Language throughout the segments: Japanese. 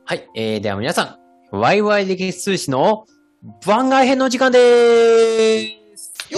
はい。では皆さん、ワイワイ歴史通信の番外編の時間でーす。 イエ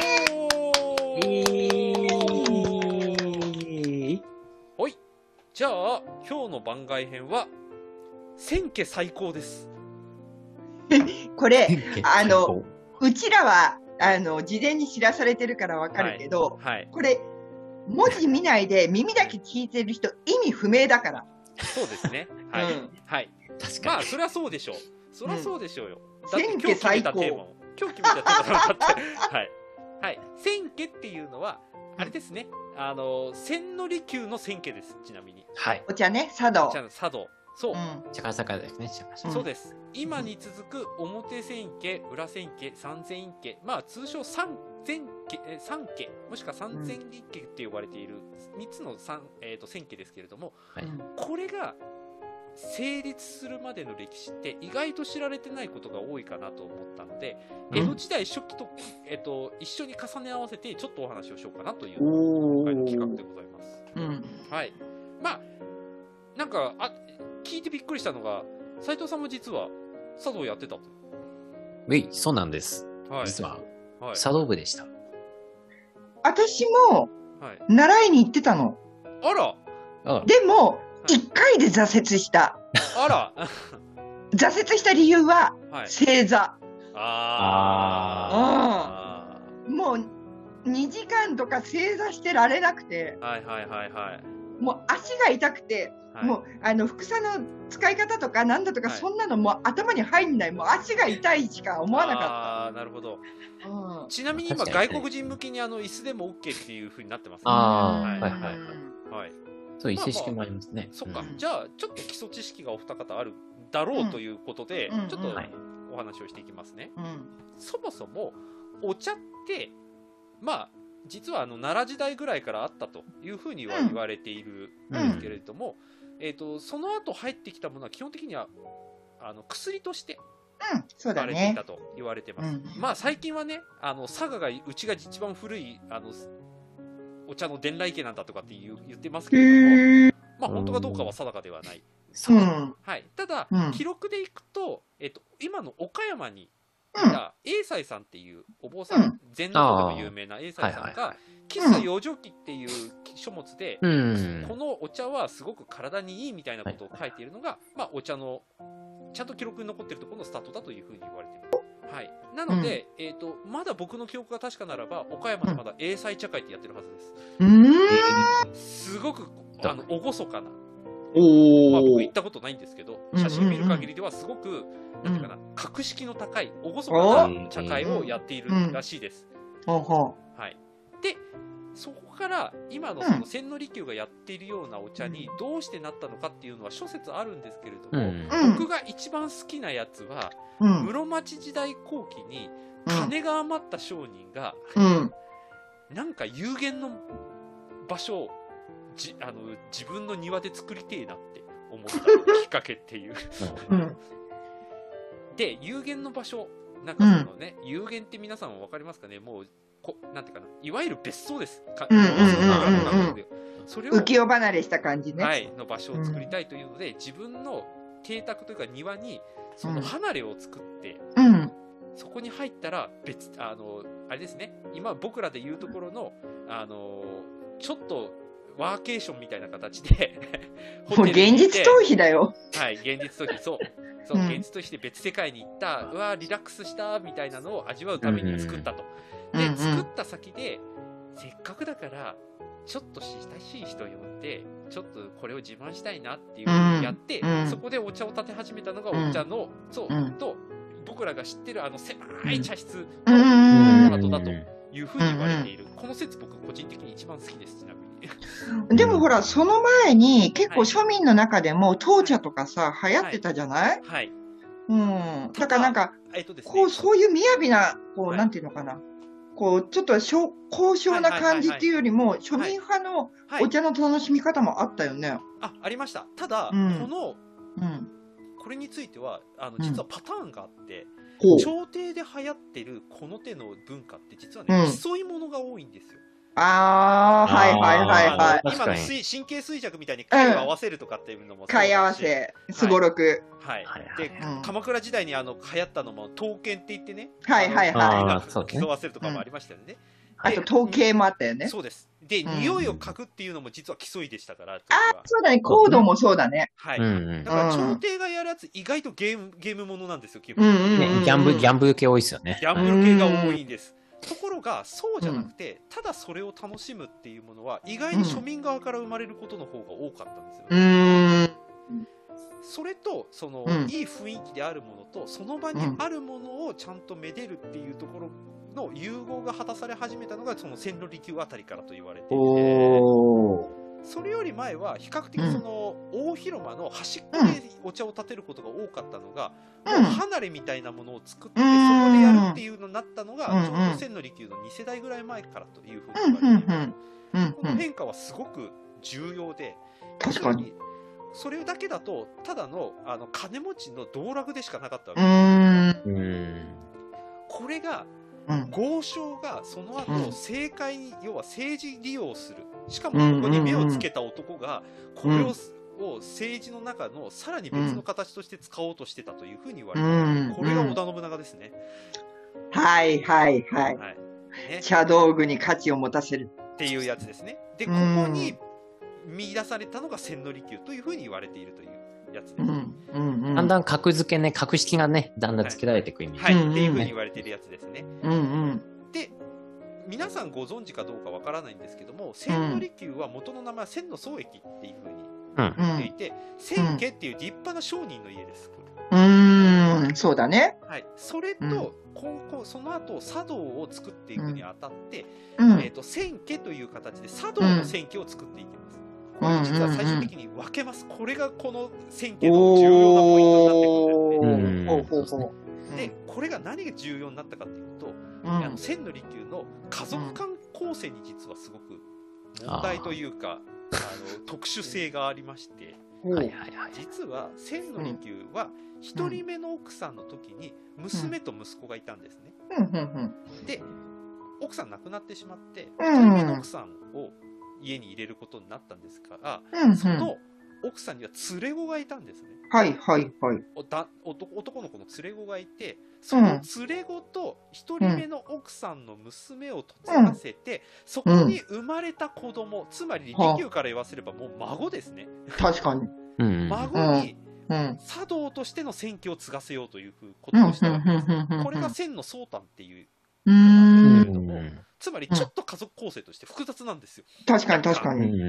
ーイはい。じゃあ、今日の番外編は、千家最高です。 これ、うちらは、事前に知らされてるからわかるけど、 はい。 これ、文字見ないで耳だけ聞いてる人、意味不明だから。 そうですね。はい。はい。 確かに。 まあ、そりゃそうでしょう。そりゃそうでしょうよ。 だって今日決めたテーマ。 今日決めたテーマだって。はい。はい。千家っていうのは、あれですね。千利休の千家です。ちなみに。 はい。 お茶ね、茶道。 茶道。そう。 茶会酒ですね。 そうです。今に続く表千家、裏千家、三千家、まあ通称三家、もしくは三千家って呼ばれている3つの千家ですけれども、 はい、 これが成立するまでの歴史って意外と知られてないことが多いかなと思ったので、江戸時代初期と、一緒に重ね合わせてちょっとお話をしようかなという今回の企画でございます。はい。まあなんか聞いてびっくりしたのが、斉藤さんも実は茶道やってたと。 そうなんです。はい、実は、茶道部でした。 私も習いに行ってたの。 あら。 でも1回で挫折した。 あら。 挫折した理由は正座。もう2時間とか正座してられなくて。もう足が痛くて、もうふくさの使い方とかなんだとか、そんなのもう頭に入んない、もう足が痛いしか思わなかった。 なるほど。ちなみに今外国人向けに椅子でも OK っていう風になってますね。 そういう知識もありますね。 そっか。じゃあちょっと基礎知識がお二方あるだろうということで、ちょっとお話をしていきますね。そもそもお茶ってまあ実は奈良時代ぐらいからあったというふうには言われているんですけれども、その後入ってきたものは基本的には薬として使われていたと言われてます。まあ最近はね、佐賀がうちが一番古いお茶の伝来家なんだとかって言ってますけれども、まあ本当かどうかは定かではない。はい。ただ、記録でいくと、今の岡山に栄西さんっていうお坊さん、禅の方でも有名な栄西さんが「喫茶養生記」っていう書物で、このお茶はすごく体にいいみたいなことを書いているのが、まあお茶のちゃんと記録に残っているところのスタートだというふうに言われています。はい。なので、まだ僕の記憶が確かならば、岡山でまだ栄西茶会ってやってるはずです。すごく厳かな。まあ僕行ったことないんですけど、写真見る限りではすごくなんていうかな、格式の高い厳かな茶会をやっているらしいです。はい。で、そこから今のその千利休がやっているようなお茶にどうしてなったのかっていうのは諸説あるんですけれども、僕が一番好きなやつは、室町時代後期に金が余った商人が、なんか有限の場所を自分の庭で作りてえなって思ったきっかけっていうで、有限の場所、なんかそのね、有限って皆さん分かりますかね。もうなんていうかな、いわゆる別荘です。 それを浮世離れした感じね。 はい、の場所を作りたいというので、自分の邸宅というか庭にその離れを作って、そこに入ったらあれですね。今僕らで言うところのちょっとワーケーションみたいな形でもう現実逃避だよ。 はい、現実逃避、そう、現実逃避で別世界に行った、うわリラックスしたみたいなのを味わうために作ったと。で、作った先でせっかくだからちょっと親しい人呼んでちょっとこれを自慢したいなっていうのをやって、そこでお茶を立て始めたのがお茶の、と僕らが知ってる狭い茶室の後だというふうに言われている。この説僕個人的に一番好きです。ちなみにでもほら、その前に結構庶民の中でも当茶とかさ、流行ってたじゃない？ はい。 だからなんか、そういう雅な、なんていうのかな。ちょっと高尚な感じっていうよりも、庶民派のお茶の楽しみ方もあったよね。 ありました。ただ、これについては、実はパターンがあって、朝廷で流行ってるこの手の文化って実はね、競い物が多いんですよ。 ああ、はいはいはいはい。 今の神経衰弱みたいに回を合わせるとかっていうのも回合わせ、すごろく。 はい。で、鎌倉時代に流行ったのも刀剣って言ってね。 はいはいはい。競わせるとかもありましたよね。 あと統計もあったよね。 そうです。で、匂いを嗅ぐっていうのも実は競いでしたから。 そうだね。コードもそうだね。 はい。だから朝廷がやるやつ意外とゲームものなんですよ、基本。ギャンブル系多いですよね。 ギャンブル系が多いんです。ところがそうじゃなくて、ただそれを楽しむっていうものは意外に庶民側から生まれることの方が多かったんですよ。それとその、いい雰囲気であるものとその場にあるものをちゃんとめでるっていうところの融合が果たされ始めたのがその千利休あたりからと言われていて、それより前は比較的その大広間の端っこでお茶を立てることが多かったのが、もう離れみたいなものを作ってそこでやるっていうのになったのがちょうど千利休の2世代ぐらい前からというふうに言われている。この変化はすごく重要で、 確かにそれだけだとただの金持ちの道楽でしかなかったわけです。これが豪商がその後政界に、要は政治利用する、しかもここに目をつけた男がこれを政治の中のさらに別の形として使おうとしてたというふうに言われている。これが織田信長ですね。 はいはいはい。茶道具に価値を持たせるっていうやつですね。でここに見出されたのが千利休というふうに言われているというやつです。 だんだん格付けね、格式がね、だんだんつけられていく意味、 はい、っていうふうに言われているやつですね。で、皆さんご存知かどうかわからないんですけども、千利休は元の名前は千の宗駅っていうふうに言っていて、千家っていう立派な商人の家です。 そうだね。 はい。それと、その後茶道を作っていくにあたって、千家という形で茶道の千家を作っていきます。これ実は最終的に分けます。これがこの千家の重要なポイントになってくるんですね。で、これが何が重要になったかというと、千利休の家族間構成に実はすごく問題というか、特殊性がありまして、実は千利休は一人目の奥さんの時に娘と息子がいたんですね。で、奥さん亡くなってしまって一人目の奥さんを家に入れることになったんですが、その奥さんには連れ子がいたんですね。 はいはいはい。 男の子の連れ子がいて、その連れ子と一人目の奥さんの娘を嫁がせて、そこに生まれた子供、つまり利休から言わせればもう孫ですね。 確かに。 孫に茶道としての千家を継がせようということをしたわけです。これが千の宗旦っていうなんですけれども、つまりちょっと家族構成として複雑なんですよ。 確かに確かに。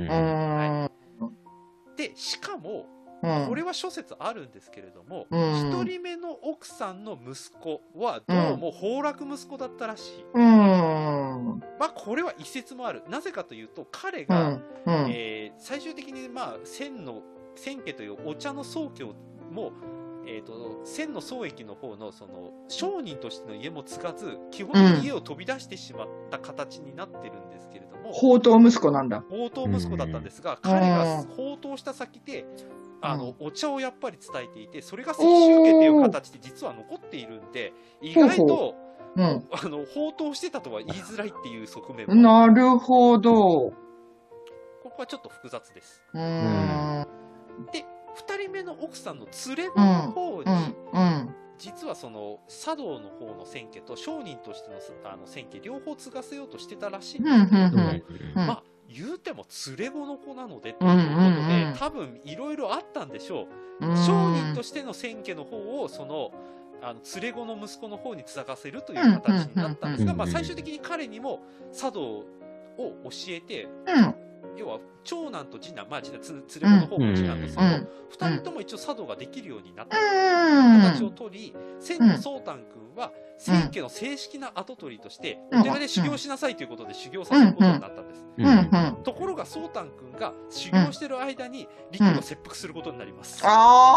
でしかもこれは諸説あるんですけれども、一人目の奥さんの息子はどうも崩落息子だったらしい。まあこれは一説もある。なぜかというと彼が最終的にまあ千家というお茶の宗家も千の宗駅の方のその商人としての家も継がず、基本的に家を飛び出してしまった形になってるんですけれども、 放蕩息子なんだ。 放蕩息子だったんですが、彼が放蕩した先でお茶をやっぱり伝えていて、それが千宗家っていう形で実は残っているんで、意外と放蕩してたとは言いづらいっていう側面も。 なるほど。ここはちょっと複雑です。で2人目の奥さんの連れ子の方に、実はその茶道の方の千家と商人としての千家両方継がせようとしてたらしいんですけれども、まあ言うても連れ子の子なのでということで、多分いろいろあったんでしょう。商人としての千家の方をその連れ子の息子の方に継がせるという形になったんですが、まあ最終的に彼にも茶道を教えて、要は長男と次男、まあ連れ子の方も次男ですけど、2人とも一応茶道ができるようになった形を取り、千の宗旦君は千家の正式な跡取りとしてお寺で修行しなさいということで修行させることになったんです。ところが宗旦君が修行してる間に利休が切腹することになります。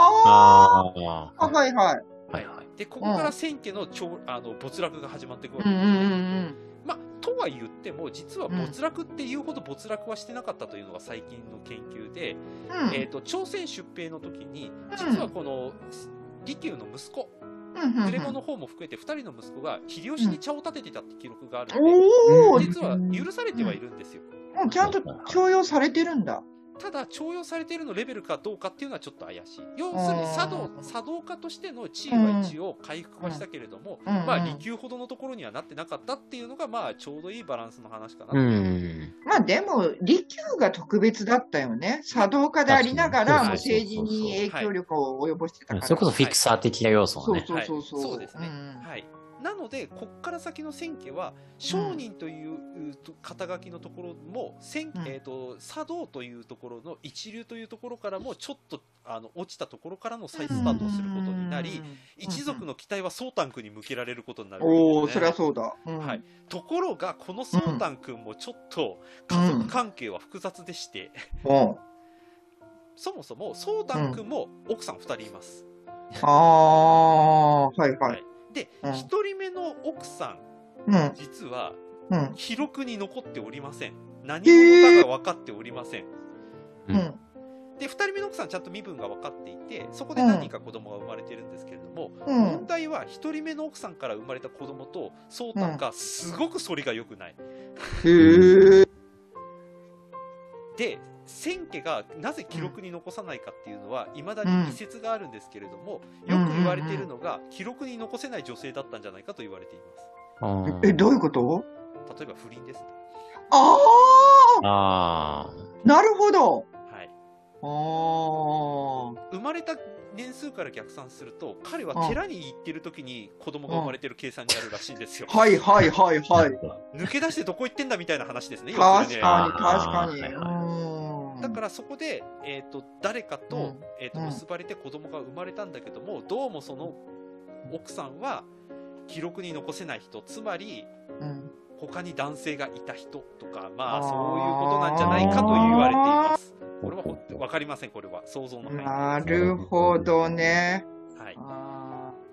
はいはい。 でここから千家の没落が始まっていくわけです。まあ、とは言っても実は没落っていうほど没落はしてなかったというのが最近の研究で、朝鮮出兵の時に実はこの利休の息子連れ子の方も含めて2人の息子が秀吉に茶を立ててたって記録があるので、実は許されてはいるんですよ。 ちゃんと徴用されてるんだ。 ただ徴用されているのレベルかどうかっていうのはちょっと怪しい。要するに茶道家としての地位は一応回復はしたけれども、まあ利休ほどのところにはなってなかったっていうのがまあちょうどいいバランスの話かな。 まあでも利休が特別だったよね。茶道家でありながら政治に影響力を及ぼしてたから。 それこそフィクサー的な要素はね。 そうですね。はい。なのでこっから先の千家は商人という肩書きのところも茶道というところの一流というところからもちょっと落ちたところからの再スタートをすることになり、一族の期待は宗丹君に向けられることになるわけですね。 おお、そりゃそうだ。 はい。ところがこの宗丹君もちょっと家族関係は複雑でして、そもそも宗丹君も奥さん2人います。 ああ、はいはい。 で、1人目の奥さん、実は記録に残っておりません。何者かが分かっておりません。で、2人目の奥さんちゃんと身分が分かっていて、そこで何人か子供が生まれてるんですけれども、問題は1人目の奥さんから生まれた子供と宗丹がすごく反りが良くない。で、千家がなぜ記録に残さないかっていうのは未だに議説があるんですけれども、よく言われているのが記録に残せない女性だったんじゃないかと言われています。 どういうこと？ 例えば不倫ですね。 なるほど。 はい。生まれた年数から逆算すると彼は寺に行ってる時に子供が生まれてる計算にあるらしいんですよ。 はいはいはいはい。 抜け出してどこ行ってんだみたいな話ですね。 確かに確かに。 だからそこで、誰かと、結ばれて子供が生まれたんだけども、どうもその奥さんは記録に残せない人、つまり、他に男性がいた人とか、まあそういうことなんじゃないかと言われています。これは分かりません。これは想像の範囲。 なるほどね。 はい。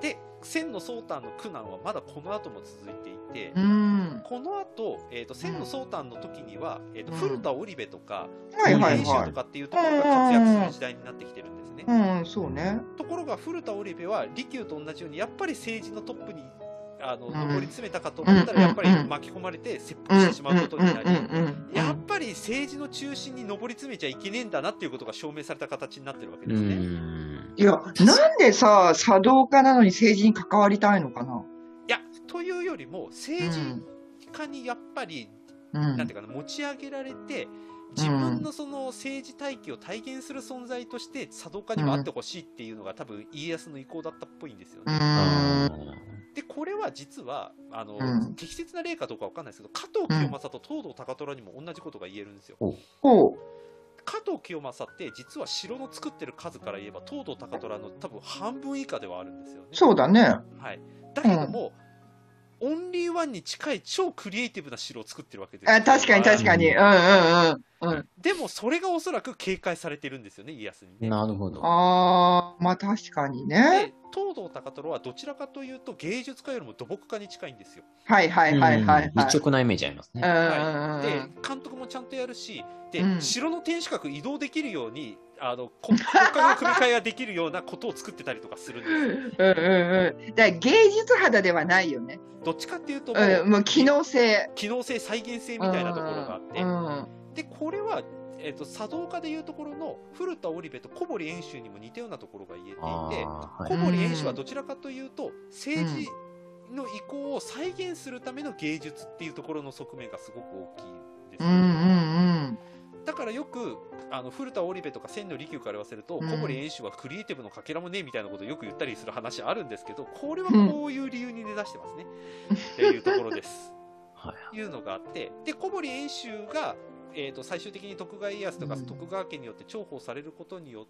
で、千の宗丹の苦難はまだこの後も続いていて、この後、千の宗丹の時には、古田織部とか遠州とかっていうところが活躍する時代になってきてるんですね。 そうね。 ところが古田織部は利休と同じようにやっぱり政治のトップに上り詰めたかと思ったらやっぱり巻き込まれて切腹してしまうことになり、やっぱり政治の中心に上り詰めちゃいけねえんだなっていうことが証明された形になってるわけですね。 いや、なんでさ、茶道家なのに政治に関わりたいのかな。 いや、というよりも政治家にやっぱり、なんていうかな、持ち上げられて自分のその政治体系を体現する存在として茶道家にもあってほしいっていうのが多分家康の意向だったっぽいんですよね。でこれは実は適切な例かどうかわかんないですけど、加藤清正と東堂高虎にも同じことが言えるんですよ。加藤清正って実は城の作ってる数から言えば東堂高虎の多分半分以下ではあるんですよね。 そうだね。 はい。だけども、オンリーワンに近い超クリエイティブな城を作ってるわけですよ。 確かに確かに。 でもそれがおそらく警戒されてるんですよね、家康にね。 なるほど。 まあ確かにね。 で東堂高虎はどちらかというと芸術家よりも土木家に近いんですよ。 はいはいはいはい。 一直なイメージありますね。 で監督もちゃんとやるし、で城の天守閣移動できるように骨格の組み替えができるようなことを作ってたりとかするんですよ。 だから芸術肌ではないよね。 どっちかっていうともう機能性再現性みたいなところがあって、でこれは茶道家でいうところの古田織部と小堀遠州にも似たようなところが言えていて、小堀遠州はどちらかというと政治の意向を再現するための芸術っていうところの側面がすごく大きいですよね。だからよく古田織部とか千の利休から言わせると、小堀遠州はクリエイティブのかけらもねえみたいなことをよく言ったりする話あるんですけど、これはこういう理由に根ざしてますねっていうところです。いうのがあって、で小堀遠州が最終的に徳川家康とか徳川家によって重宝されることによって、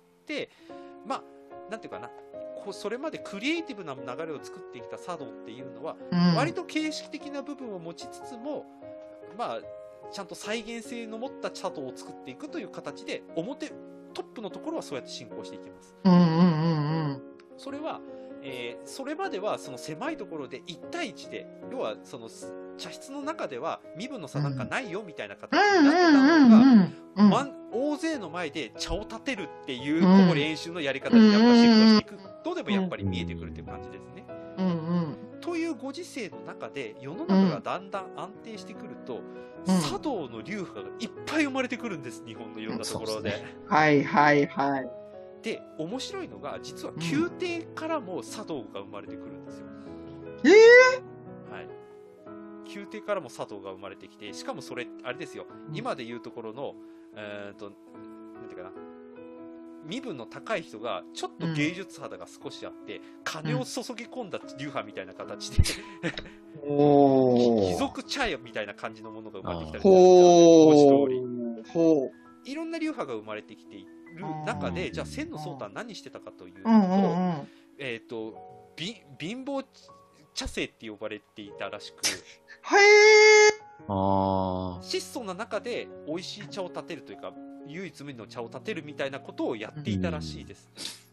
まあなんていうかな、それまでクリエイティブな流れを作ってきた茶道っていうのは、割と形式的な部分を持ちつつも、まあちゃんと再現性の持った茶道を作っていくという形でトップのところはそうやって進行していきます。それはそれまではその狭いところで1対1で、要はその茶室の中では身分の差なんかないよみたいな形になってたのが、大勢の前で茶を立てるっていう小堀遠州のやり方にやっぱシフトしていくとでもやっぱり見えてくるという感じですね。というご時世の中で世の中がだんだん安定してくると、茶道の流派がいっぱい生まれてくるんです、日本のいろんなところで。 はいはいはい。 で、面白いのが実は宮廷からも茶道が生まれてくるんですよ。はい。宮廷からも茶道が生まれてきて、しかもそれあれですよ、今でいうところのなんていうかな、身分の高い人がちょっと芸術肌が少しあって、金を注ぎ込んだ流派みたいな形で貴族茶屋みたいな感じのものが生まれてきたりするんですよ。いろんな流派が生まれてきている中で、じゃあ千の宗旦何してたかというと、貧乏茶聖って呼ばれていたらしく、質素な中で美味しい茶を立てるというか、唯一無二の茶を立てるみたいなことをやっていたらしいです。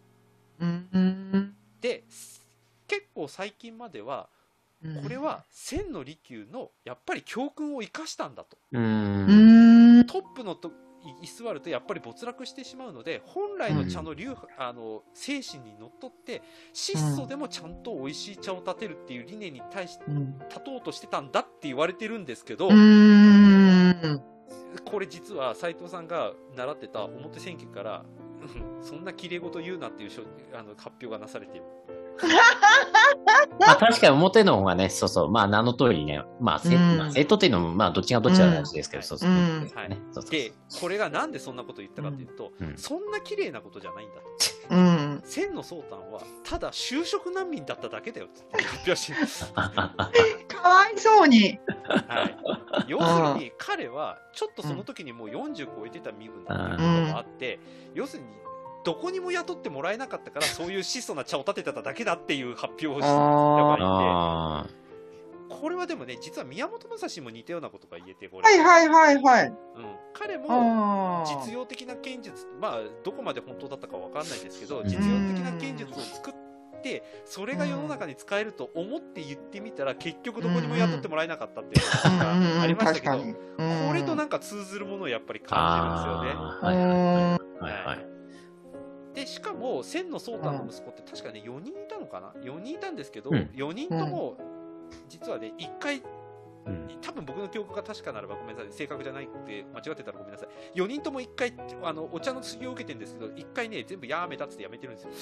で、結構最近まではこれは千の利休のやっぱり教訓を生かしたんだと。トップの居座るとやっぱり没落してしまうので、本来の茶の精神にのっとって質素でもちゃんと美味しい茶を立てるっていう理念に対して立とうとしてたんだって言われてるんですけど、これ実は斉藤さんが習ってた表千家からそんな綺麗事言うなっていう発表がなされている。 まあ確かに表の方がね、そうそう、まあ名の通りね、まあ正当っていうのもまあどっちがどっちの話ですけど、そうそう。 で、これがなんでそんなこと言ったかというと、そんな綺麗なことじゃないんだと。千の宗旦はただ就職難民だっただけだよって発表してるんです。 かわいそうに。 はい。要するに彼はちょっとその時にもう40超えてた身分だったこともあって、要するにどこにも雇ってもらえなかったからそういう質素な茶を立ててただけだっていう発表をしてたりで、これはでもね、実は宮本武蔵も似たようなことが言えて、これ彼も実用的な剣術、まあどこまで本当だったかわかんないですけど、実用的な剣術を作ってそれが世の中に使えると思って言ってみたら結局どこにも雇ってもらえなかったっていうことがありましたけど、これとなんか通ずるものをやっぱり感じるんですよね。でしかも千の宗旦の息子って確かね4人いたのかな、4人いたんですけど、4人とも実はね1回、多分僕の記憶が確かならばごめんなさい、正確じゃないって間違ってたらごめんなさい、4人とも1回お茶の修行を受けてるんですけど、1回ね全部やめたっつってやめてるんですよ。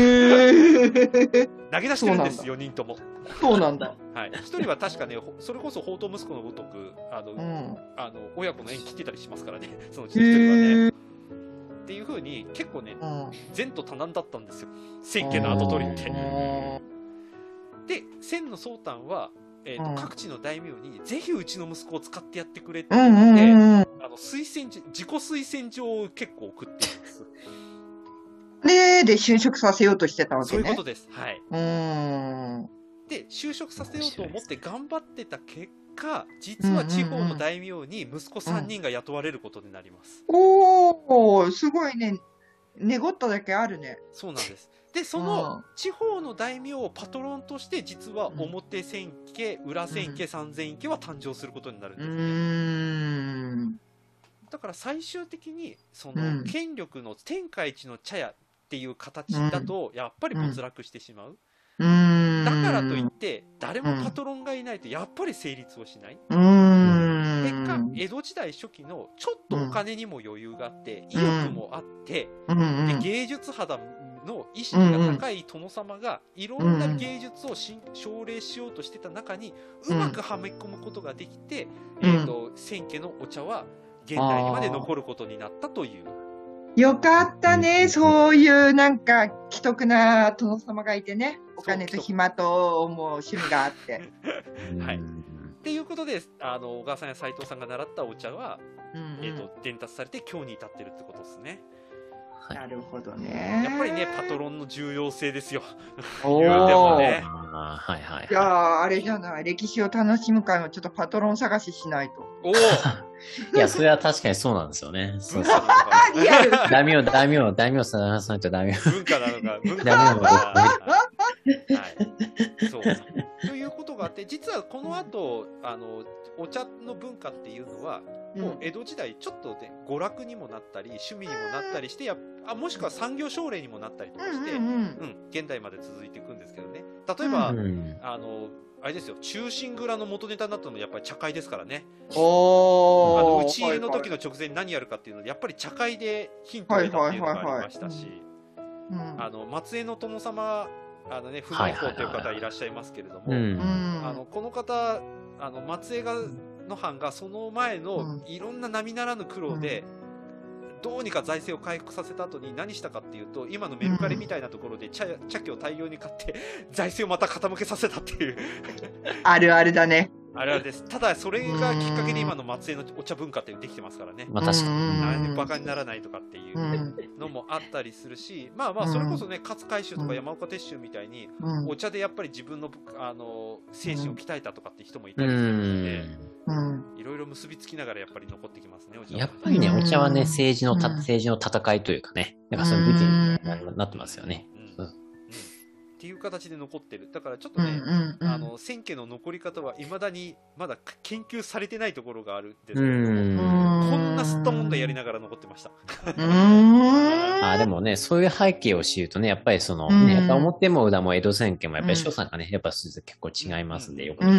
投げ出してるんです、4人とも。 そうなんだ。 はい、1人は確かね、それこそ宝刀息子のごとく親子の縁切ってたりしますからね、そのうちの1人はね。っていう風に結構ね、前途多難だったんですよ、千家の跡取りって。で、千の宗旦は、各地の大名にぜひうちの息子を使ってやってくれって言って、自己推薦状を結構送っています。 で就職させようとしてたわけね。 そういうことです。はい。で就職させようと思って頑張ってた結果、実は地方の大名に息子3人が雇われることになります。 おお、すごいね。ねごっただけあるね。 そうなんです。でその地方の大名をパトロンとして実は表千家、裏千家、三千家は誕生することになるんですね。だから最終的にその権力の天下一の茶屋っていう形だとやっぱり没落してしまう。だからといって誰もパトロンがいないとやっぱり成立をしない。結果江戸時代初期のちょっとお金にも余裕があって意欲もあってで芸術肌の意識が高い殿様がいろんな芸術を奨励しようとしてた中にうまくはめ込むことができて、千家のお茶は現代にまで残ることになったという。 よかったね、そういうなんか奇特な殿様がいてね、お金と暇ともう趣味があって。 はい。っていうことで小川さんや斉藤さんが習ったお茶は、伝達されて今日に至ってるってことですね。 なるほどね。 やっぱりねパトロンの重要性ですよ。言うてもね。 はいはい。いやあれじゃない、歴史を楽しむ会もちょっとパトロン探ししないと。 おお。いやそれは確かにそうなんですよね。 文化なのか。 大名探さないとダメ。 文化なのか。文化なのか。はい。そう。ということがあってで実はこの後お茶の文化っていうのはもう江戸時代ちょっとね娯楽にもなったり趣味にもなったりしてもしくは産業奨励にもなったりとかして、現代まで続いていくんですけどね。例えば、あれですよ、忠臣蔵の元ネタになったのもやっぱり茶会ですからね。打ち入れの時の直前に何やるかっていうのでやっぱり茶会でヒントを得たっていうのがありましたし、松江の殿様不内公という方いらっしゃいますけれども、この方松江の藩がその前のいろんな並ならぬ苦労で、どうにか財政を回復させた後に何したかっていうと、今のメルカリみたいなところで茶器を大量に買って財政をまた傾けさせたっていうあるあるだね。 あれです。ただそれがきっかけで今の松江のお茶文化ってできてますからね。 まあ確かに。 バカにならないとかっていうのもあったりするし、まあそれこそね、勝海舟とか山岡鉄舟みたいに、お茶でやっぱり自分の精神を鍛えたとかって人もいたりするので、いろいろ結びつきながらやっぱり残ってきますね。 やっぱりね、お茶はね、政治の戦いというかね、なんかそういう武器になってますよね。 っていう形で残ってる。だからちょっとね、千家の残り方はいまだにまだ研究されてないところがあるんですけれども、こんなすったもんだやりながら残ってました。 でもね、そういう背景を知るとね、やっぱりその、ね、やっぱ表も裏も江戸千家もやっぱり所作がね、やっぱ結構違いますんで、よく。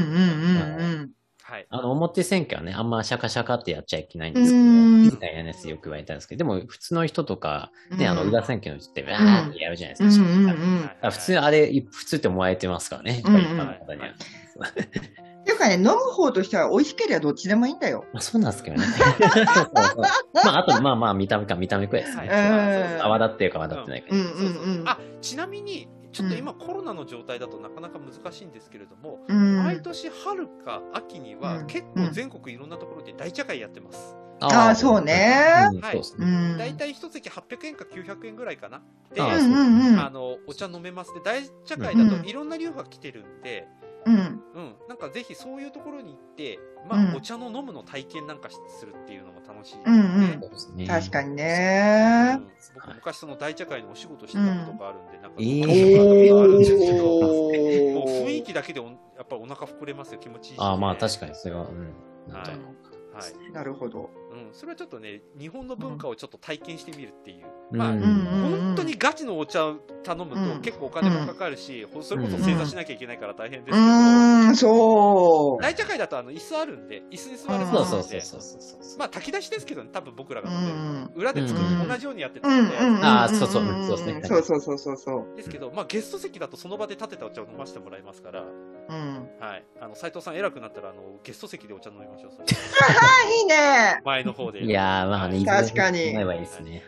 表千家はね、あんまシャカシャカってやっちゃいけないんですけど、みたいなやつよく言われたんですけど、でも普通の人とか、ね、裏千家の人って、わーってやるじゃないですか。普通あれ、普通って思われてますからね、一般の方には。 っていうかね、飲む方としては美味しければどっちでもいいんだよ。 そうなんですけどね。あと、見た目くらいですね。泡立ってるか泡立ってないか。 ちなみに、ちょっと今コロナの状態だとなかなか難しいんですけれども、毎年春か秋には結構全国いろんなところで大茶会やってます。 そうね。 だいたい一席800円か900円ぐらいかな。で、お茶飲めます。で、大茶会だといろんな流派来てるんで、なんかぜひそういうところに行って、お茶の飲むの体験なんかするっていうのも楽しいですね。 確かにね。 僕昔その大茶会のお仕事してたことがあるんで、なんかあるんですけど、もう雰囲気だけでやっぱりお腹膨れますよ、気持ちいいし。 確かにそれは、 なるほど。 それはちょっとね、日本の文化をちょっと体験してみるっていう。本当にガチのお茶を頼むと結構お金もかかるし、それこそ正座しなきゃいけないから大変ですけど、 そう。 大茶会だと椅子あるんで、椅子に座れますので、炊き出しですけどね、多分僕らが飲んでる。裏で作って同じようにやってたんで。 そうですね。 そう。 ですけど、ゲスト席だとその場で立てたお茶を飲ませてもらいますから、斉藤さん偉くなったらゲスト席でお茶飲みましょう。 いいね。 前の方で。 いやー、 確かに。 飲めばいいですね。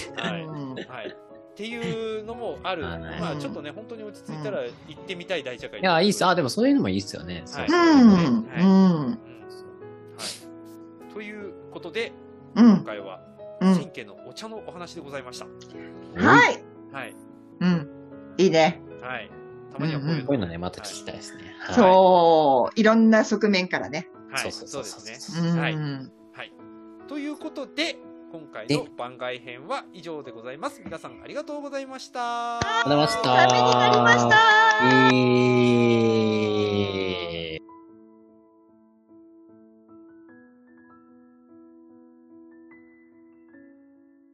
っていうのもある。ちょっとね、本当に落ち着いたら行ってみたい大茶会。 いや、いいっす。でもそういうのもいいっすよね。 ということで、今回は千家のお茶のお話でございました。 はい。いいね。 たまにはこういうのね、また聞きたいですね。 そう。いろんな側面からね。 そうですね。ということで、今回の番外編は以上でございます。皆さんありがとうございました。 ありがとうございました。 ためになりました。